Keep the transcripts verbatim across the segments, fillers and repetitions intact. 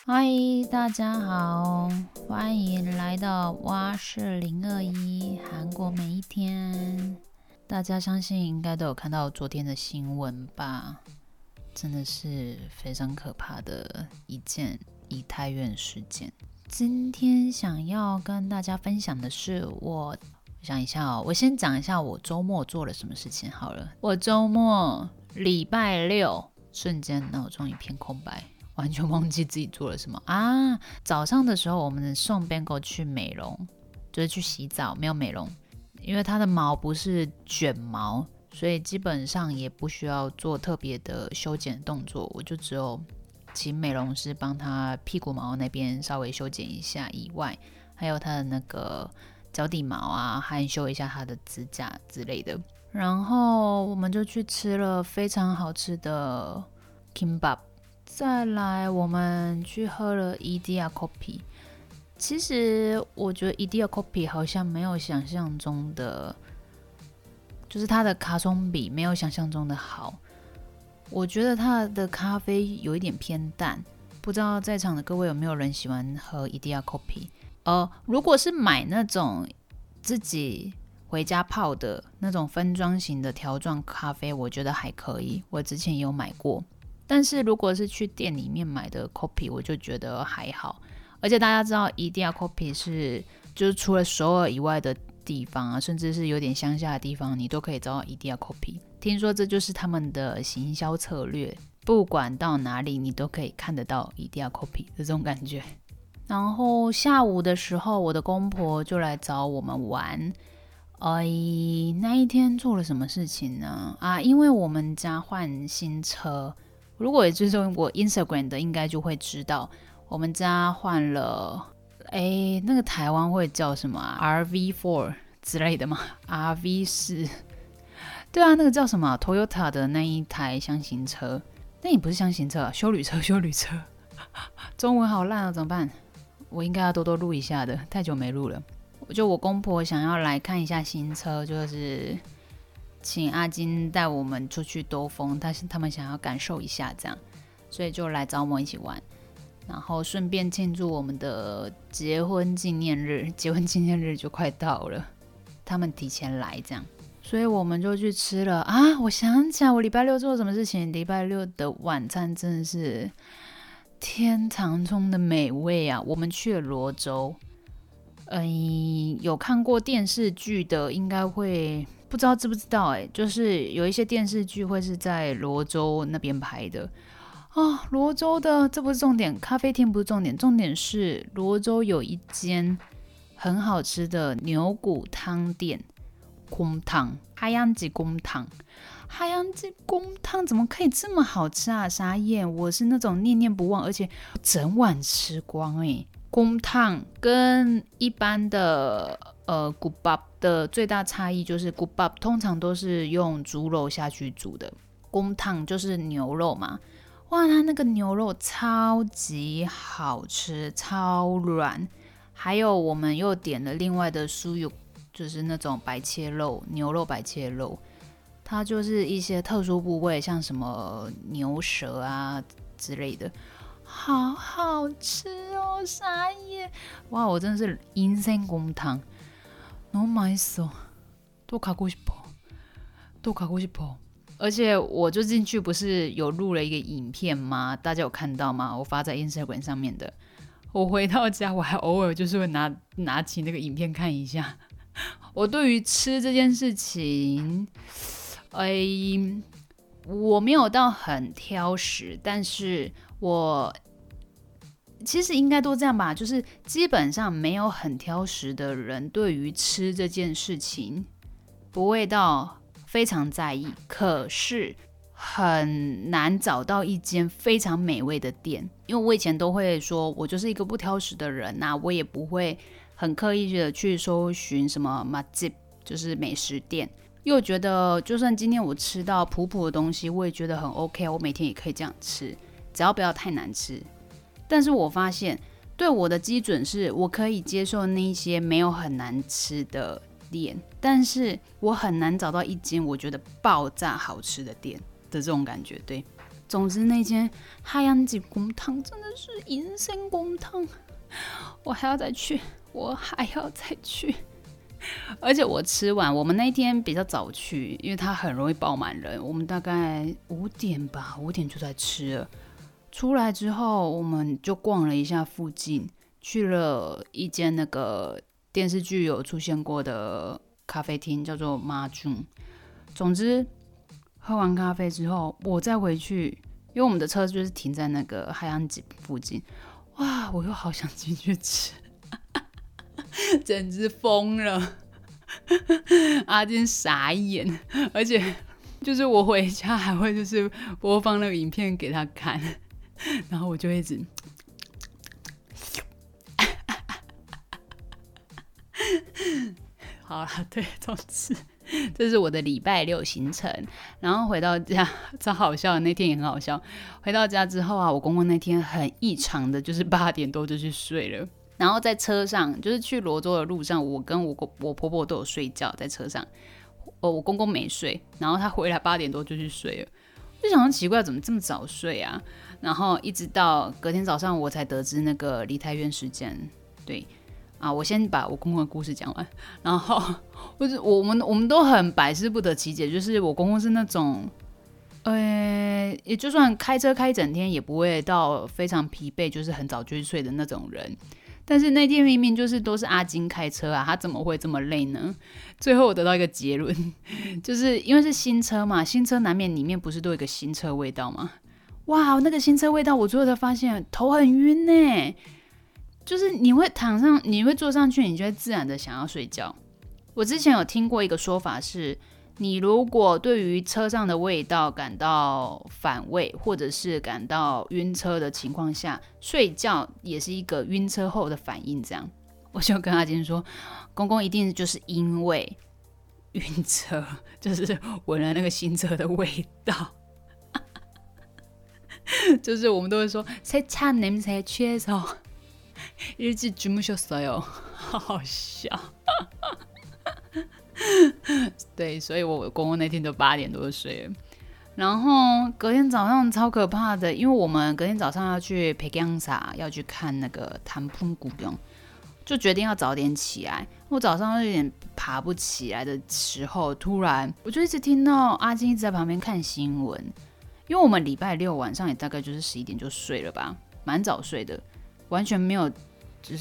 嗨，大家好，欢迎来到蛙式零二一韩国每一天。大家相信应该都有看到昨天的新闻吧？真的是非常可怕的一件梨泰院事件。今天想要跟大家分享的是我，想一下哦，我先讲一下我周末做了什么事情好了。我周末礼拜六，瞬间脑中一片空白。完全忘记自己做了什么啊！早上的时候，我们送 Bengo 去美容，就是去洗澡，没有美容，因为它的毛不是卷毛，所以基本上也不需要做特别的修剪动作，我就只有请美容师帮他屁股毛那边稍微修剪一下以外，还有他的那个脚底毛啊，还修一下他的指甲之类的。然后我们就去吃了非常好吃的 kimbap。再来我们去喝了伊迪亚 coffee。 其实我觉得伊迪亚 coffee 好像没有想象中的，就是它的卡松比没有想象中的好。我觉得它的咖啡有一点偏淡，不知道在场的各位有没有人喜欢喝伊迪亚 coffee。 呃，如果是买那种自己回家泡的那种分装型的条状咖啡，我觉得还可以，我之前也有买过。但是如果是去店里面买的 coffee， 我就觉得还好。而且大家知道伊迪亚 coffee 是就是除了首尔以外的地方啊，甚至是有点乡下的地方，你都可以找到伊迪亚 coffee。 听说这就是他们的行销策略，不管到哪里你都可以看得到伊迪亚 coffee 的这种感觉。然后下午的时候，我的公婆就来找我们玩。哎，那一天做了什么事情呢？啊，因为我们家换新车，如果也追踪我 Instagram 的，应该就会知道我们家换了，哎，那个台湾会叫什么、啊、R V 四 之类的吗？ R V 四，对啊，那个叫什么、啊、Toyota 的那一台箱型车。那也不是箱型车啊，休旅车休旅车中文好烂啊，怎么办？我应该要多多录一下的，太久没录了。就我公婆想要来看一下新车，就是请阿金带我们出去兜风，但是他们想要感受一下这样，所以就来找我们一起玩，然后顺便庆祝我们的结婚纪念日。结婚纪念日就快到了，他们提前来这样，所以我们就去吃了啊！我想起来我礼拜六做了什么事情。礼拜六的晚餐真的是天堂中的美味啊！我们去了罗州。嗯，有看过电视剧的应该会不知道知不知道哎、欸，就是有一些电视剧会是在罗州那边拍的啊。罗州的这不是重点，咖啡厅不是重点，重点是罗州有一间很好吃的牛骨汤店，宫汤哈阳吉宫汤。哈阳吉宫汤怎么可以这么好吃啊？傻眼！我是那种念念不忘，而且整碗吃光哎、欸。宫汤跟一般的呃古巴的最大差异就是古巴通常都是用猪肉下去煮的，宫汤就是牛肉嘛。哇，它那个牛肉超级好吃，超软。还有我们又点了另外的酥油，就是那种白切肉，牛肉白切肉，它就是一些特殊部位，像什么牛舌啊之类的。好好吃哦，傻眼！哇，我真的是인생 곰탕，너무 맛있어，또 가고 싶어，또 가고 싶어。而且我就进去不是有录了一个影片吗？大家有看到吗？我发在 Instagram 上面的。我回到家，我还偶尔就是会拿拿起那个影片看一下。我对于吃这件事情，哎，我没有到很挑食，但是我其实应该都这样吧，就是基本上没有很挑食的人对于吃这件事情不会到非常在意，可是很难找到一间非常美味的店。因为我以前都会说我就是一个不挑食的人啊，我也不会很刻意的去搜寻什么맛집，就是美食店，又觉得就算今天我吃到普普的东西，我也觉得很 OK， 我每天也可以这样吃，只要不要太难吃。但是我发现对我的基准是我可以接受那些没有很难吃的店，但是我很难找到一间我觉得爆炸好吃的店的这种感觉。对， 总之那间海洋吉公汤真的是银生公汤，我还要再去，我还要再去。而且我吃完，我们那天比较早去，因为它很容易爆满人。我们大概五点吧，五点就在吃了。出来之后，我们就逛了一下附近，去了一间那个电视剧有出现过的咖啡厅，叫做妈祖。总之，喝完咖啡之后，我再回去，因为我们的车就是停在那个海洋井附近。哇，我又好想进去吃。简直疯了，阿金傻眼，而且就是我回家还会就是播放那个影片给他看，然后我就一直好啦，对，总之这是我的礼拜六行程。然后回到家超好笑的，那天也很好笑。回到家之后啊，我公公那天很异常的，就是八点多就去睡了。然后在车上，就是去罗州的路上，我跟我我婆婆都有睡觉在车上，哦，我公公没睡，然后他回来八点多就去睡了，就想说奇怪，怎么这么早睡啊？然后一直到隔天早上，我才得知那个梨泰院事件。对啊，我先把我公公的故事讲完，然后我我们我们都很百思不得其解，就是我公公是那种。呃，也就算开车开一整天，也不会到非常疲惫，就是很早就去睡的那种人。但是那天明明就是都是阿金开车啊，他怎么会这么累呢？最后我得到一个结论，就是因为是新车嘛，新车难免里面不是都有一个新车味道吗？哇，那个新车味道，我最后才发现头很晕呢，就是你会躺上，你会坐上去，你就会自然的想要睡觉。我之前有听过一个说法是，你如果对于车上的味道感到反胃，或者是感到晕车的情况下，睡觉也是一个晕车后的反应。这样，我就跟阿金说，公公一定就是因为晕车，就是闻了那个新车的味道，就是我们都会说세차 냄새 취해서 일찍 주무셨어요，好好笑。对，所以我公公那天就八点多就睡了。然后隔天早上超可怕的，因为我们隔天早上要去北江沙，要去看那个潭풍구경，就决定要早点起来。我早上有点爬不起来的时候，突然我就一直听到阿金一直在旁边看新闻，因为我们礼拜六晚上也大概就是十一点就睡了吧，蛮早睡的，完全没有就是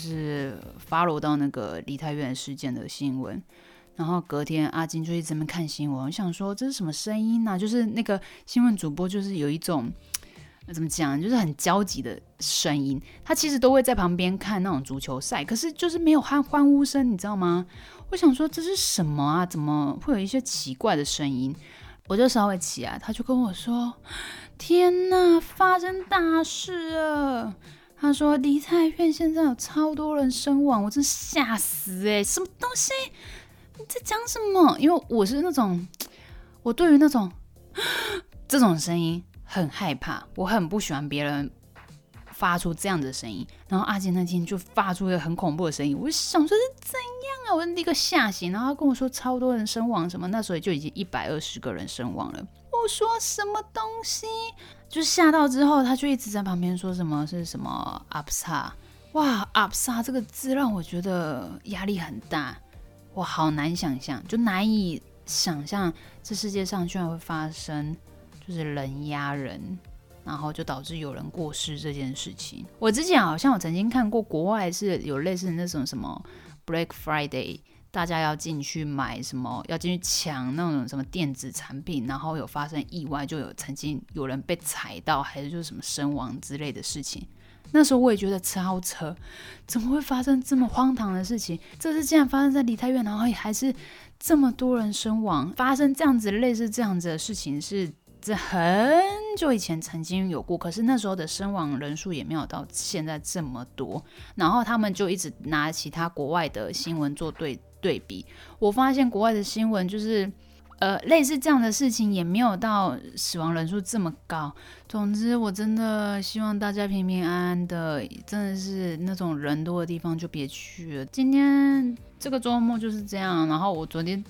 follow 到那个梨泰院事件的新闻。然后隔天阿金就一直在那边看新闻，我想说这是什么声音啊？就是那个新闻主播就是有一种怎么讲，就是很焦急的声音。他其实都会在旁边看那种足球赛，可是就是没有欢欢呼声，你知道吗？我想说这是什么啊？怎么会有一些奇怪的声音？我就稍微起来，他就跟我说：“天哪，发生大事了！”他说梨泰院现在有超多人身亡，我真吓死哎、欸！什么东西？你在讲什么？因为我是那种，我对于那种这种声音很害怕，我很不喜欢别人发出这样的声音。然后阿金那天就发出一个很恐怖的声音，我就想说是怎样啊？我立刻吓醒，然后他跟我说超多人身亡什么，那时候就已经一百二十个人身亡了。我说什么东西？就吓到之后，他就一直在旁边说什么是什么阿布萨，哇，阿布萨这个字让我觉得压力很大。我好难想象，就难以想象这世界上居然会发生就是人压人，然后就导致有人过世这件事情。我之前好像我曾经看过国外是有类似的那种什么 Black Friday， 大家要进去买什么，要进去抢那种什么电子产品，然后有发生意外，就有曾经有人被踩到，还是就是什么身亡之类的事情。那时候我也觉得超扯，怎么会发生这么荒唐的事情？这次竟然发生在梨泰院，然后还是这么多人身亡。发生这样子类似这样子的事情是在很久以前曾经有过，可是那时候的身亡人数也没有到现在这么多。然后他们就一直拿其他国外的新闻做对对比，我发现国外的新闻就是呃，类似这样的事情也没有到死亡人数这么高。总之，我真的希望大家平平安安的，真的是那种人多的地方就别去了。今天这个周末就是这样，然后我昨天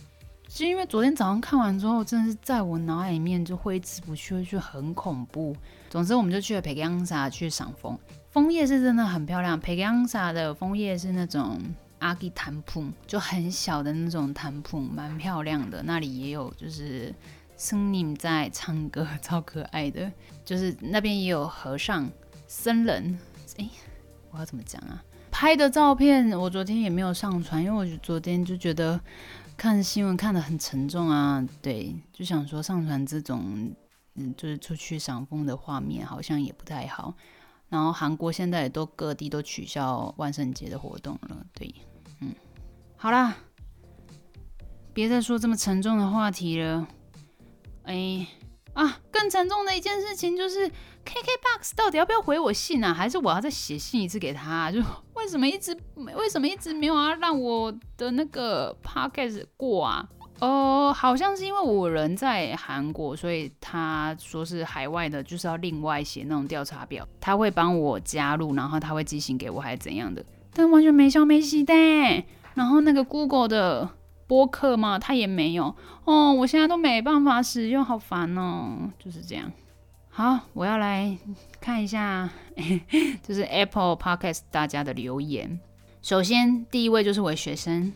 就因为昨天早上看完之后，真的是在我脑海里面就挥之不去，就很恐怖。总之，我们就去了佩吉昂萨去赏枫，枫叶是真的很漂亮。佩吉昂萨的枫叶是那种阿吉坦普，就很小的那种坦普，蛮漂亮的。那里也有就是僧尼在唱歌，超可爱的。就是那边也有和尚、僧人，哎，我要怎么讲啊？拍的照片我昨天也没有上传，因为我昨天就觉得看新闻看得很沉重啊，对，就想说上传这种嗯，就是出去赏枫的画面好像也不太好。然后韩国现在也都各地都取消万圣节的活动了，对，嗯，好啦，别再说这么沉重的话题了。哎啊，更沉重的一件事情就是 K K B O X 到底要不要回我信啊？还是我要再写信一次给他、啊？就为什么一直为什么一直没有要让我的那个 podcast 过啊？呃，好像是因为我人在韩国，所以他说是海外的，就是要另外写那种调查表，他会帮我加入，然后他会寄信给我，还是怎样的？但完全没消没息的。然后那个 Google 的播客嘛，他也没有哦，我现在都没办法使用，好烦哦，就是这样。好，我要来看一下，就是 Apple Podcast 大家的留言。首先，第一位就是我的学生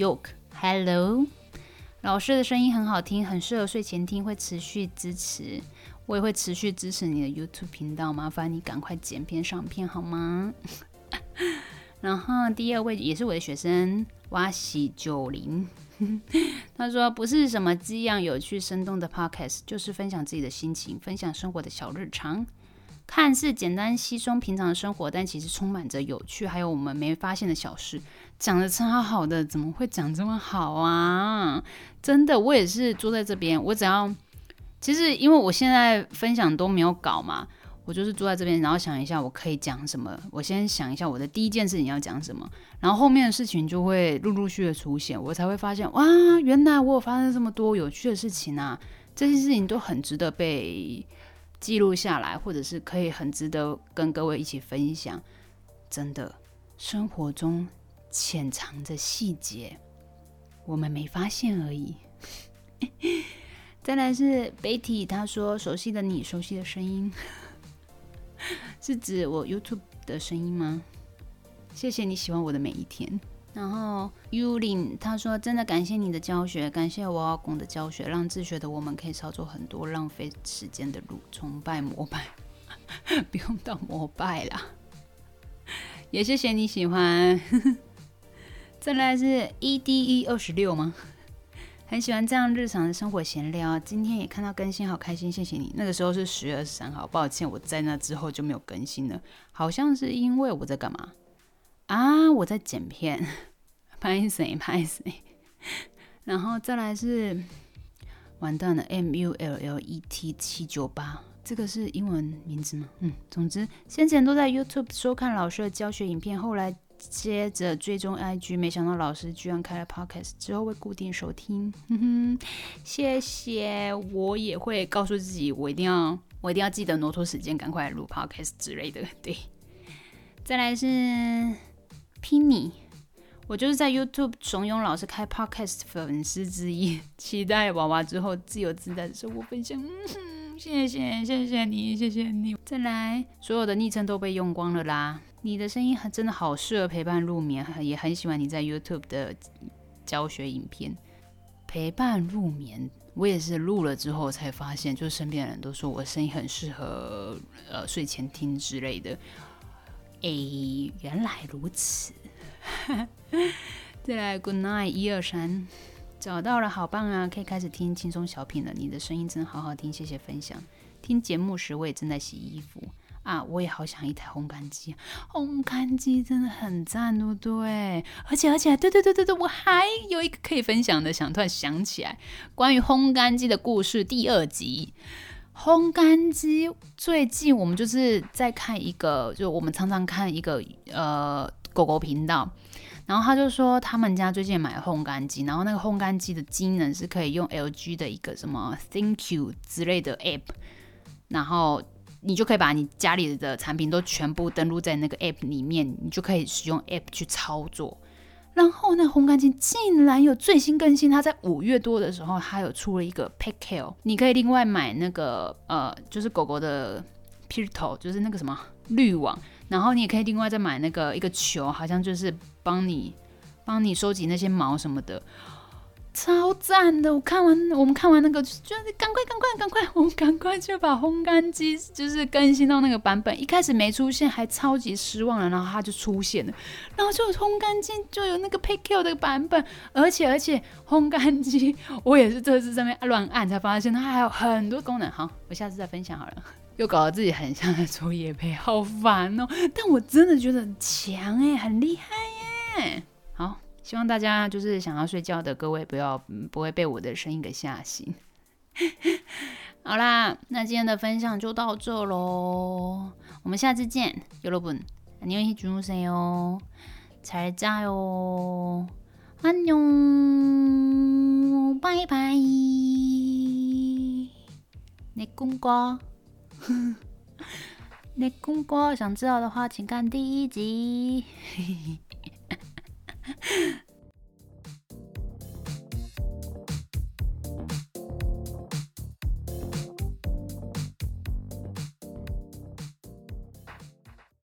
Yoke，Hello。老师的声音很好听，很适合睡前听，会持续支持。我也会持续支持你的 YouTube 频道，麻烦你赶快剪片上片好吗？然后第二位也是我的学生哇西九零，他说不是什么激昂、有趣、生动的 Podcast， 就是分享自己的心情，分享生活的小日常。看似简单稀松平常的生活，但其实充满着有趣，还有我们没发现的小事。讲得超好的，怎么会讲这么好啊？真的，我也是坐在这边，我只要其实因为我现在分享都没有稿嘛，我就是坐在这边，然后想一下我可以讲什么。我先想一下我的第一件事情要讲什么，然后后面的事情就会陆陆续续的出现，我才会发现哇，原来我有发生这么多有趣的事情啊！这些事情都很值得被记录下来，或者是可以很值得跟各位一起分享。真的，生活中潜藏着细节，我们没发现而已。再来是 Betty， 她说熟悉的你，熟悉的声音，是指我 YouTube 的声音吗？谢谢你喜欢我的每一天。然后 Yulin 他说真的感谢你的教学，感谢我老公的教学，让自学的我们可以少走很多浪费时间的路。崇拜膜拜，不用到膜拜啦。也谢谢你喜欢。再来是 E D E 二十六吗？很喜欢这样日常的生活闲聊，今天也看到更新，好开心，谢谢你。那个时候是十月二十三号，抱歉我在那之后就没有更新了，好像是因为我在干嘛啊？我在剪片，拍谁拍谁。然后再来是完蛋了 M U L L E T 七九八，这个是英文名字吗？嗯，总之先前都在 YouTube 收看老师的教学影片，后来接着追踪 I G， 没想到老师居然开了 Podcast， 之后会固定收听。哼哼，谢谢，我也会告诉自己，我一定要，我一定要记得挪出时间，赶快来录 Podcast 之类的。对，再来是 Penny， 我就是在 YouTube 怂恿老师开 Podcast 粉丝之一，期待娃娃之后自由自在的生活分享。嗯，谢谢，谢谢你，谢谢你。再来，所有的昵称都被用光了啦。你的声音真的好适合陪伴入眠，也很喜欢你在 YouTube 的教学影片。陪伴入眠，我也是录了之后才发现，就身边的人都说我声音很适合呃睡前听之类的。诶，原来如此。再来 Good night 一二三，找到了，好棒啊！可以开始听轻松小品了。你的声音真好好听，谢谢分享。听节目时我也正在洗衣服。啊，我也好想一台烘干机，烘干机真的很赞，对不对？而且而且，对对对对对，我还有一个可以分享的，想突然想起来，关于烘干机的故事第二集。烘干机最近我们就是在看一个，就我们常常看一个呃狗狗频道，然后他就说他们家最近买烘干机，然后那个烘干机的机能是可以用 L G 的一个什么 Thank You 之类的 App， 然后你就可以把你家里的产品都全部登录在那个 app 里面，你就可以使用 app 去操作。 然后那烘干机竟然有最新更新，它在五月多的时候，它有出了一个 Pet-Care， 你可以另外买那个呃，就是狗狗的 Pirto， 就是那个什么滤网，然后你也可以另外再买那个一个球，好像就是帮你帮你收集那些毛什么的。超赞的！我看完，我们看完那个，就是赶快、赶快、赶快，我们赶快就把烘干机就是更新到那个版本。一开始没出现，还超级失望了，然后它就出现了，然后就烘干机就有那个 Pet-Care 的版本，而且而且烘干机我也是这次在那边乱按才发现它还有很多功能。好，我下次再分享好了。又搞得自己很像在做业配，好烦哦！但我真的觉得很强哎，很厉害耶。好。希望大家就是想要睡觉的各位不要不会被我的声音给吓醒。好啦，那今天的分享就到这咯，我们下次见。여러분 안녕히 주무세요. 잘 자요. 안녕. 바이바이. 내 꿈꿔. 내 꿈꿔. 想知道的话，请看第一集。